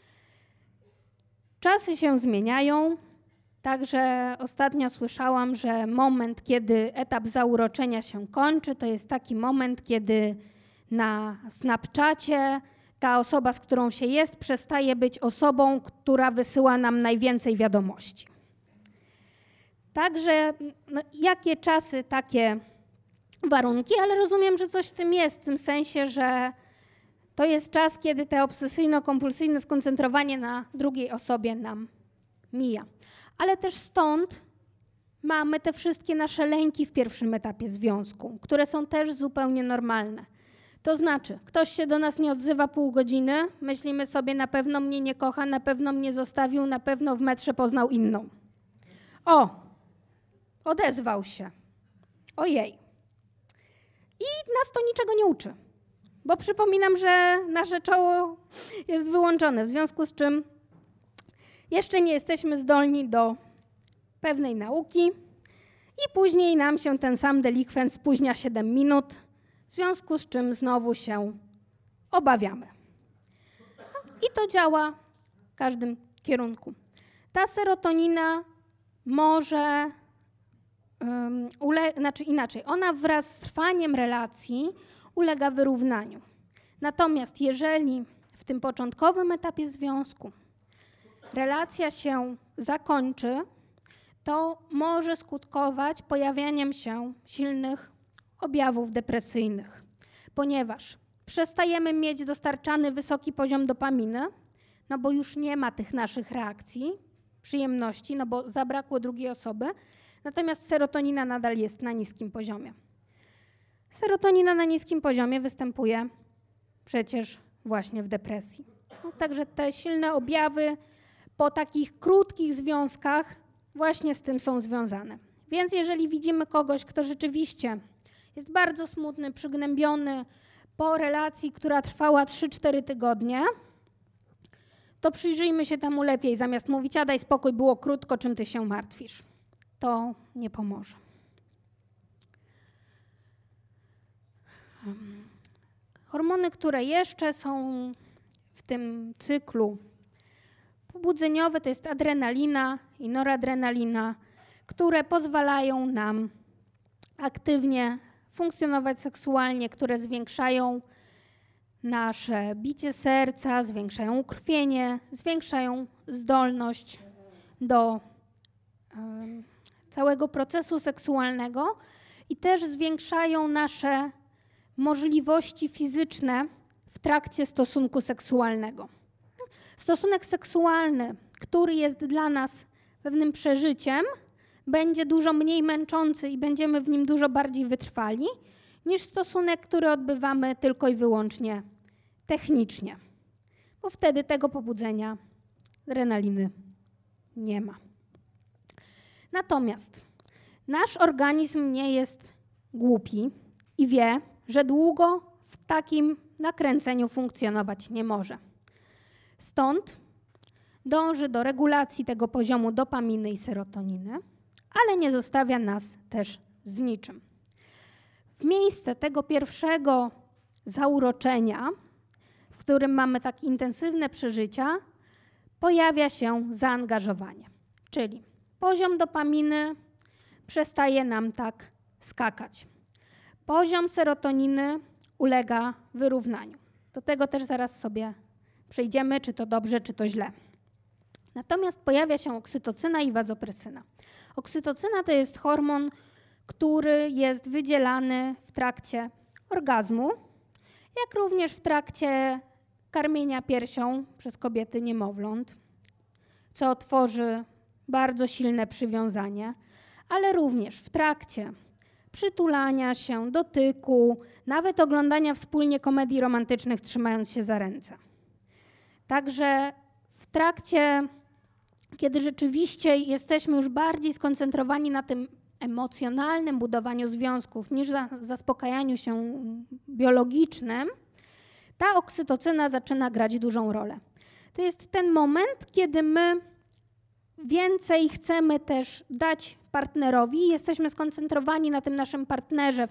Czasy się zmieniają, także ostatnio słyszałam, że moment, kiedy etap zauroczenia się kończy, to jest taki moment, kiedy na Snapchacie ta osoba, z którą się jest, przestaje być osobą, która wysyła nam najwięcej wiadomości. Także jakie czasy, takie warunki, ale rozumiem, że coś w tym jest, w tym sensie, że to jest czas, kiedy te obsesyjno-kompulsyjne skoncentrowanie na drugiej osobie nam mija. Ale też stąd mamy te wszystkie nasze lęki w pierwszym etapie związku, które są też zupełnie normalne. To znaczy, ktoś się do nas nie odzywa pół godziny, myślimy sobie, na pewno mnie nie kocha, na pewno mnie zostawił, na pewno w metrze poznał inną. O, odezwał się. Ojej. I nas to niczego nie uczy, bo przypominam, że nasze czoło jest wyłączone, w związku z czym jeszcze nie jesteśmy zdolni do pewnej nauki i później nam się ten sam delikwent spóźnia 7 minut, w związku z czym znowu się obawiamy. I to działa w każdym kierunku. Ta serotonina może, ona wraz z trwaniem relacji ulega wyrównaniu. Natomiast jeżeli w tym początkowym etapie związku relacja się zakończy, to może skutkować pojawianiem się silnych objawów depresyjnych, ponieważ przestajemy mieć dostarczany wysoki poziom dopaminy, no bo już nie ma tych naszych reakcji, przyjemności, no bo zabrakło drugiej osoby, natomiast serotonina nadal jest na niskim poziomie. Serotonina na niskim poziomie występuje przecież właśnie w depresji. No, także te silne objawy po takich krótkich związkach właśnie z tym są związane. Więc jeżeli widzimy kogoś, kto rzeczywiście jest bardzo smutny, przygnębiony po relacji, która trwała 3-4 tygodnie, to przyjrzyjmy się temu lepiej, zamiast mówić, a daj spokój, było krótko, czym ty się martwisz. To nie pomoże. Hormony, które jeszcze są w tym cyklu pobudzeniowe, to jest adrenalina i noradrenalina, które pozwalają nam aktywnie funkcjonować seksualnie, które zwiększają nasze bicie serca, zwiększają ukrwienie, zwiększają zdolność do całego procesu seksualnego i też zwiększają nasze możliwości fizyczne w trakcie stosunku seksualnego. Stosunek seksualny, który jest dla nas pewnym przeżyciem, będzie dużo mniej męczący i będziemy w nim dużo bardziej wytrwali, niż stosunek, który odbywamy tylko i wyłącznie technicznie. Bo wtedy tego pobudzenia adrenaliny nie ma. Natomiast nasz organizm nie jest głupi i wie, że długo w takim nakręceniu funkcjonować nie może. Stąd dąży do regulacji tego poziomu dopaminy i serotoniny, ale nie zostawia nas też z niczym. W miejsce tego pierwszego zauroczenia, w którym mamy tak intensywne przeżycia, pojawia się zaangażowanie, czyli poziom dopaminy przestaje nam tak skakać. Poziom serotoniny ulega wyrównaniu. Do tego też zaraz sobie przejdziemy, czy to dobrze, czy to źle. Natomiast pojawia się oksytocyna i wazopresyna. Oksytocyna to jest hormon, który jest wydzielany w trakcie orgazmu, jak również w trakcie karmienia piersią przez kobiety niemowląt, co tworzy bardzo silne przywiązanie, ale również w trakcie przytulania się, dotyku, nawet oglądania wspólnie komedii romantycznych, trzymając się za ręce. Także w trakcie, kiedy rzeczywiście jesteśmy już bardziej skoncentrowani na tym emocjonalnym budowaniu związków niż zaspokajaniu się biologicznym, ta oksytocyna zaczyna grać dużą rolę. To jest ten moment, kiedy my więcej chcemy też dać partnerowi, jesteśmy skoncentrowani na tym naszym partnerze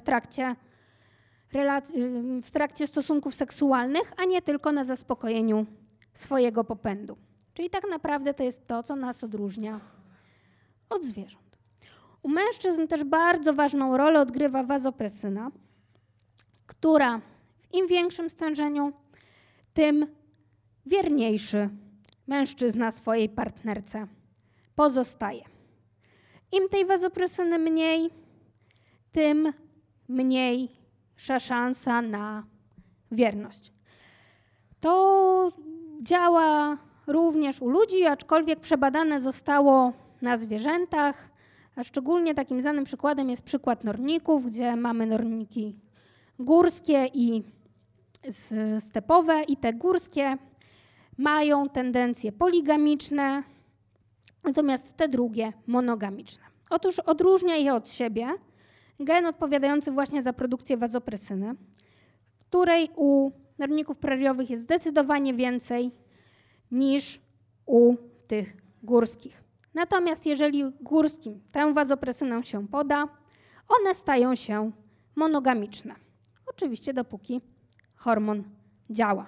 w trakcie stosunków seksualnych, a nie tylko na zaspokojeniu swojego popędu. Czyli tak naprawdę to jest to, co nas odróżnia od zwierząt. U mężczyzn też bardzo ważną rolę odgrywa wazopresyna, która w im większym stężeniu, tym wierniejszy mężczyzna swojej partnerce pozostaje. Im tej wazopresyny mniej, tym mniejsza szansa na wierność. To działa również u ludzi, aczkolwiek przebadane zostało na zwierzętach, a szczególnie takim znanym przykładem jest przykład norników, gdzie mamy norniki górskie i stepowe i te górskie mają tendencje poligamiczne, natomiast te drugie monogamiczne. Otóż odróżnia je od siebie gen odpowiadający właśnie za produkcję wazopresyny, której u norników preriowych jest zdecydowanie więcej niż u tych górskich. Natomiast jeżeli górskim tę wazopresynę się poda, one stają się monogamiczne. Oczywiście dopóki hormon działa.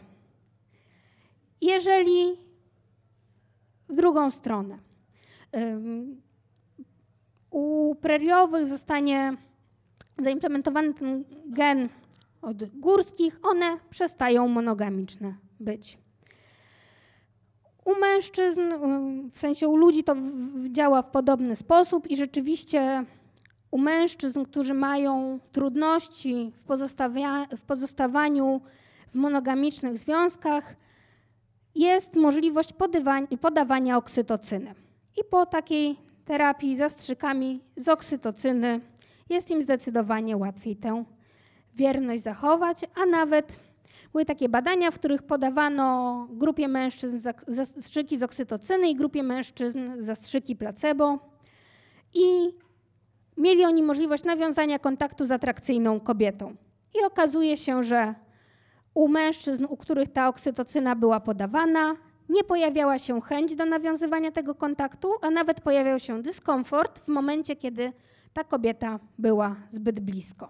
Jeżeli w drugą stronę u preriowych zostanie zaimplementowany ten gen od górskich, one przestają monogamiczne być. U mężczyzn, w sensie u ludzi to działa w podobny sposób i rzeczywiście u mężczyzn, którzy mają trudności w pozostawaniu w monogamicznych związkach, jest możliwość podawania oksytocyny. I po takiej terapii zastrzykami z oksytocyny jest im zdecydowanie łatwiej tę wierność zachować, a nawet Były takie badania, w których podawano grupie mężczyzn zastrzyki z oksytocyny i grupie mężczyzn zastrzyki placebo i mieli oni możliwość nawiązania kontaktu z atrakcyjną kobietą. I okazuje się, że u mężczyzn, u których ta oksytocyna była podawana, nie pojawiała się chęć do nawiązywania tego kontaktu, a nawet pojawiał się dyskomfort w momencie, kiedy ta kobieta była zbyt blisko.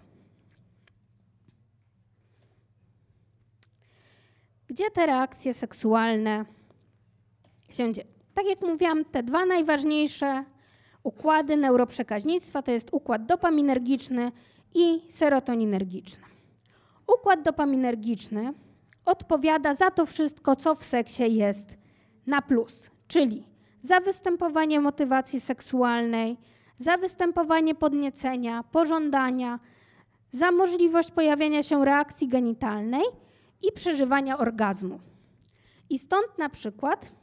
Gdzie te reakcje seksualne się dzieją? Tak jak mówiłam, te dwa najważniejsze układy neuroprzekaźnictwa to jest układ dopaminergiczny i serotoninergiczny. Układ dopaminergiczny odpowiada za to wszystko, co w seksie jest na plus, czyli za występowanie motywacji seksualnej, za występowanie podniecenia, pożądania, za możliwość pojawiania się reakcji genitalnej i przeżywania orgazmu. I stąd na przykład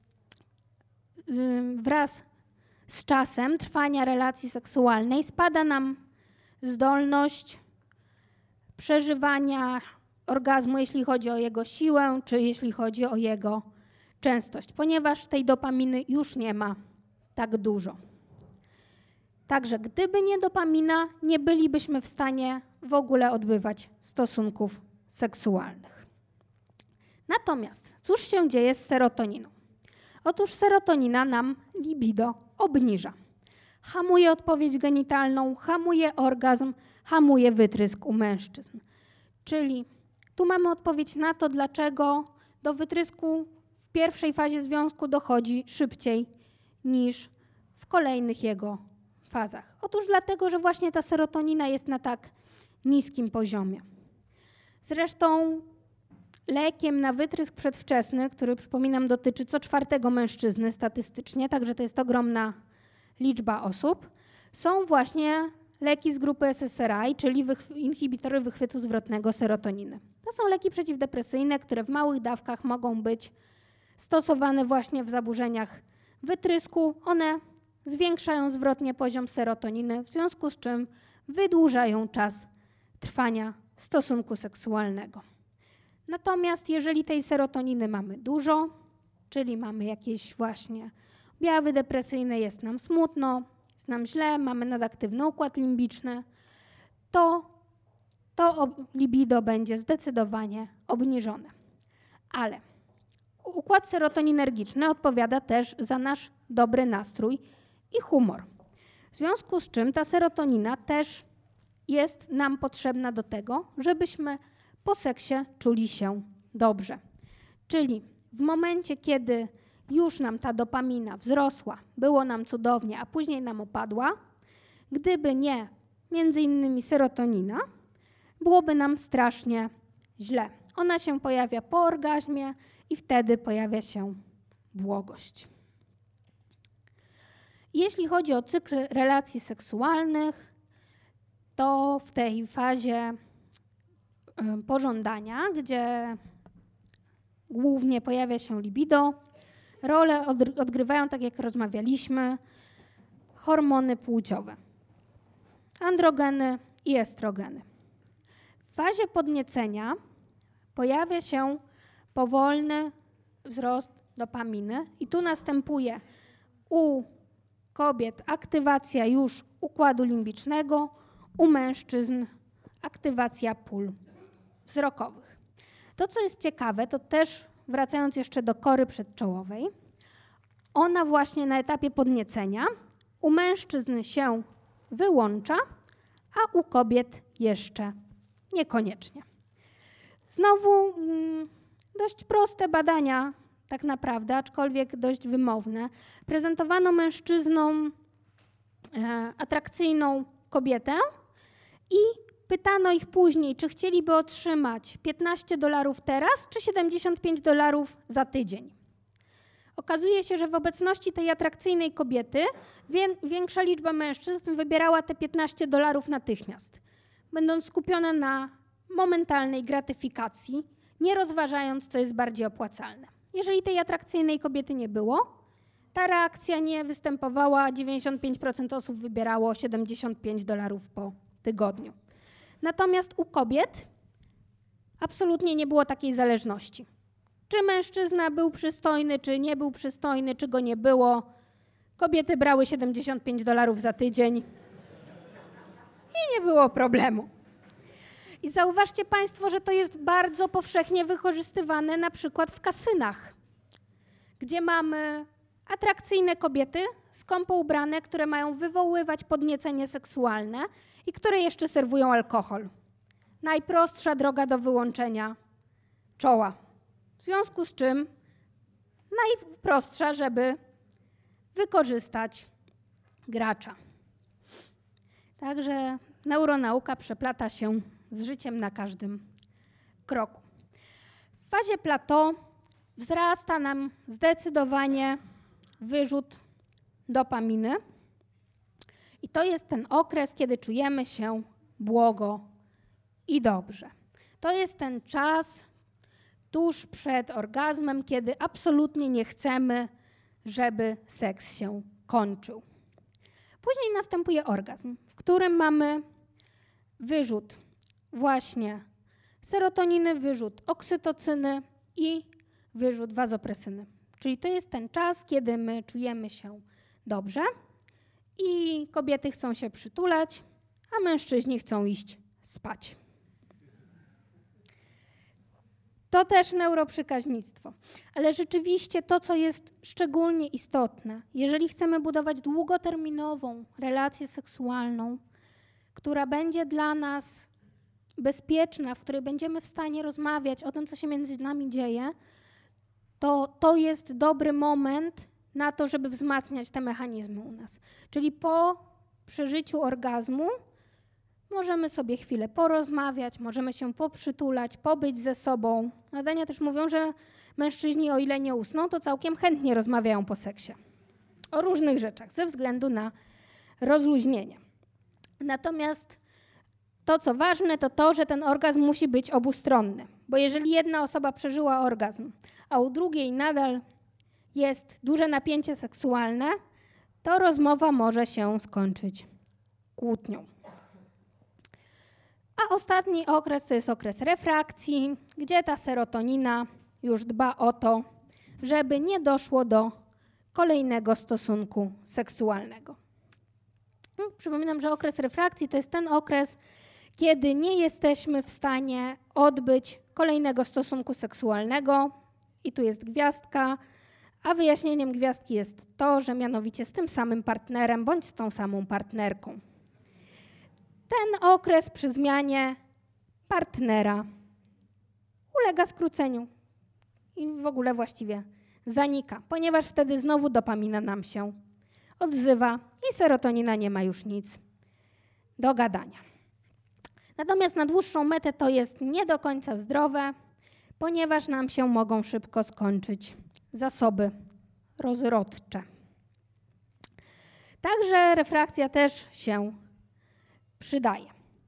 wraz z czasem trwania relacji seksualnej spada nam zdolność przeżywania orgazmu, jeśli chodzi o jego siłę, czy jeśli chodzi o jego częstość, ponieważ tej dopaminy już nie ma tak dużo. Także gdyby nie dopamina, nie bylibyśmy w stanie w ogóle odbywać stosunków seksualnych. Natomiast cóż się dzieje z serotoniną? Otóż serotonina nam libido obniża. Hamuje odpowiedź genitalną, hamuje orgazm, hamuje wytrysk u mężczyzn. Czyli tu mamy odpowiedź na to, dlaczego do wytrysku w pierwszej fazie związku dochodzi szybciej niż w kolejnych jego fazach. Otóż dlatego, że właśnie ta serotonina jest na tak niskim poziomie. Zresztą lekiem na wytrysk przedwczesny, który przypominam dotyczy co 4. mężczyzny statystycznie, także to jest ogromna liczba osób, są właśnie leki z grupy SSRI, czyli inhibitory wychwytu zwrotnego serotoniny. To są leki przeciwdepresyjne, które w małych dawkach mogą być stosowane właśnie w zaburzeniach wytrysku. One zwiększają zwrotnie poziom serotoniny, w związku z czym wydłużają czas trwania stosunku seksualnego. Natomiast jeżeli tej serotoniny mamy dużo, czyli mamy jakieś właśnie objawy depresyjne, jest nam smutno, jest nam źle, mamy nadaktywny układ limbiczny, to libido będzie zdecydowanie obniżone. Ale układ serotoninergiczny odpowiada też za nasz dobry nastrój i humor. W związku z czym ta serotonina też jest nam potrzebna do tego, żebyśmy po seksie czuli się dobrze. Czyli w momencie, kiedy już nam ta dopamina wzrosła, było nam cudownie, a później nam opadła, gdyby nie między innymi serotonina, byłoby nam strasznie źle. Ona się pojawia po orgazmie i wtedy pojawia się błogość. Jeśli chodzi o cykl relacji seksualnych, to w tej fazie pożądania, gdzie głównie pojawia się libido, rolę odgrywają, tak jak rozmawialiśmy, hormony płciowe, androgeny i estrogeny. W fazie podniecenia pojawia się powolny wzrost dopaminy i tu następuje u kobiet aktywacja już układu limbicznego, u mężczyzn aktywacja pól wzrokowych. To, co jest ciekawe, to też wracając jeszcze do kory przedczołowej, ona właśnie na etapie podniecenia u mężczyzn się wyłącza, a u kobiet jeszcze niekoniecznie. Znowu dość proste badania tak naprawdę, aczkolwiek dość wymowne. Prezentowano mężczyznom atrakcyjną kobietę i pytano ich później, czy chcieliby otrzymać $15 teraz, czy $75 za tydzień. Okazuje się, że w obecności tej atrakcyjnej kobiety większa liczba mężczyzn wybierała te $15 natychmiast, będąc skupiona na momentalnej gratyfikacji, nie rozważając, co jest bardziej opłacalne. Jeżeli tej atrakcyjnej kobiety nie było, ta reakcja nie występowała, 95% osób wybierało $75 po tygodniu. Natomiast u kobiet absolutnie nie było takiej zależności. Czy mężczyzna był przystojny, czy nie był przystojny, czy go nie było. Kobiety brały $75 za tydzień i nie było problemu. I zauważcie Państwo, że to jest bardzo powszechnie wykorzystywane na przykład w kasynach, gdzie mamy atrakcyjne kobiety, skąpo ubrane, które mają wywoływać podniecenie seksualne i które jeszcze serwują alkohol. Najprostsza droga do wyłączenia czoła. W związku z czym najprostsza, żeby wykorzystać gracza. Także neuronauka przeplata się z życiem na każdym kroku. W fazie plateau wzrasta nam zdecydowanie wyrzut dopaminy i to jest ten okres, kiedy czujemy się błogo i dobrze. To jest ten czas tuż przed orgazmem, kiedy absolutnie nie chcemy, żeby seks się kończył. Później następuje orgazm, w którym mamy wyrzut właśnie serotoniny, wyrzut oksytocyny i wyrzut wazopresyny. Czyli to jest ten czas, kiedy my czujemy się dobrze i kobiety chcą się przytulać, a mężczyźni chcą iść spać. To też neuroprzekaźnictwo. Ale rzeczywiście to, co jest szczególnie istotne, jeżeli chcemy budować długoterminową relację seksualną, która będzie dla nas bezpieczna, w której będziemy w stanie rozmawiać o tym, co się między nami dzieje, to jest dobry moment na to, żeby wzmacniać te mechanizmy u nas. Czyli po przeżyciu orgazmu możemy sobie chwilę porozmawiać, możemy się poprzytulać, pobyć ze sobą. Badania też mówią, że mężczyźni, o ile nie usną, to całkiem chętnie rozmawiają po seksie. O różnych rzeczach, ze względu na rozluźnienie. Natomiast to, co ważne, to to, że ten orgazm musi być obustronny. Bo jeżeli jedna osoba przeżyła orgazm, a u drugiej nadal jest duże napięcie seksualne, to rozmowa może się skończyć kłótnią. A ostatni okres to jest okres refrakcji, gdzie ta serotonina już dba o to, żeby nie doszło do kolejnego stosunku seksualnego. Przypominam, że okres refrakcji to jest ten okres, kiedy nie jesteśmy w stanie odbyć kolejnego stosunku seksualnego i tu jest gwiazdka, a wyjaśnieniem gwiazdki jest to, że mianowicie z tym samym partnerem bądź z tą samą partnerką. Ten okres przy zmianie partnera ulega skróceniu i w ogóle właściwie zanika, ponieważ wtedy znowu dopamina nam się odzywa i serotonina nie ma już nic do gadania. Natomiast na dłuższą metę to jest nie do końca zdrowe, ponieważ nam się mogą szybko skończyć zasoby rozrodcze. Także refrakcja też się przydaje.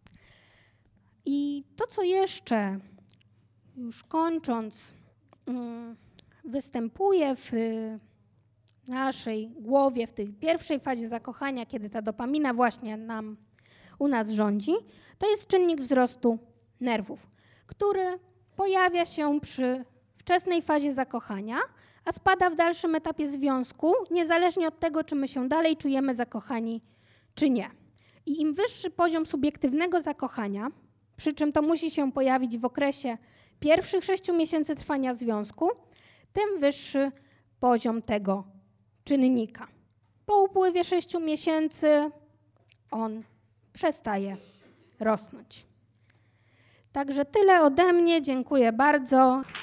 I to, co jeszcze, już kończąc, występuje w naszej głowie w tej pierwszej fazie zakochania, kiedy ta dopamina właśnie u nas rządzi, to jest czynnik wzrostu nerwów, który pojawia się przy wczesnej fazie zakochania, a spada w dalszym etapie związku, niezależnie od tego, czy my się dalej czujemy zakochani, czy nie. I im wyższy poziom subiektywnego zakochania, przy czym to musi się pojawić w okresie pierwszych 6 miesięcy trwania związku, tym wyższy poziom tego czynnika. Po upływie 6 miesięcy on przestaje rosnąć. Także tyle ode mnie. Dziękuję bardzo.